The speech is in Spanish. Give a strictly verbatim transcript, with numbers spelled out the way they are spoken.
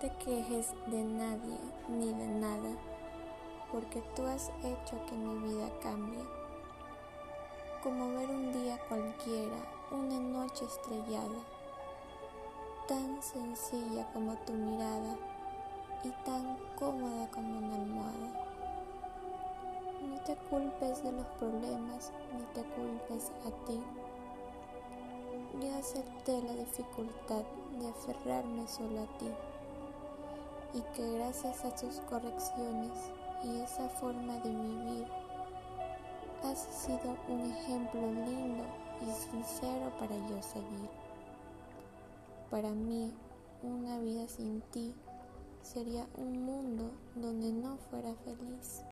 te quejes de nadie ni de nada, porque tú has hecho que mi vida cambie. Como ver un día cualquiera, una noche estrellada, tan sencilla como tu mirada y tan cómoda como una almohada. No te culpes de los problemas ni te culpes a ti. Yo acepté la dificultad de aferrarme solo a ti y que gracias a tus correcciones y esa forma de vivir has sido un ejemplo lindo y sincero para yo seguir. Para mí, una vida sin ti sería un mundo donde no fuera feliz.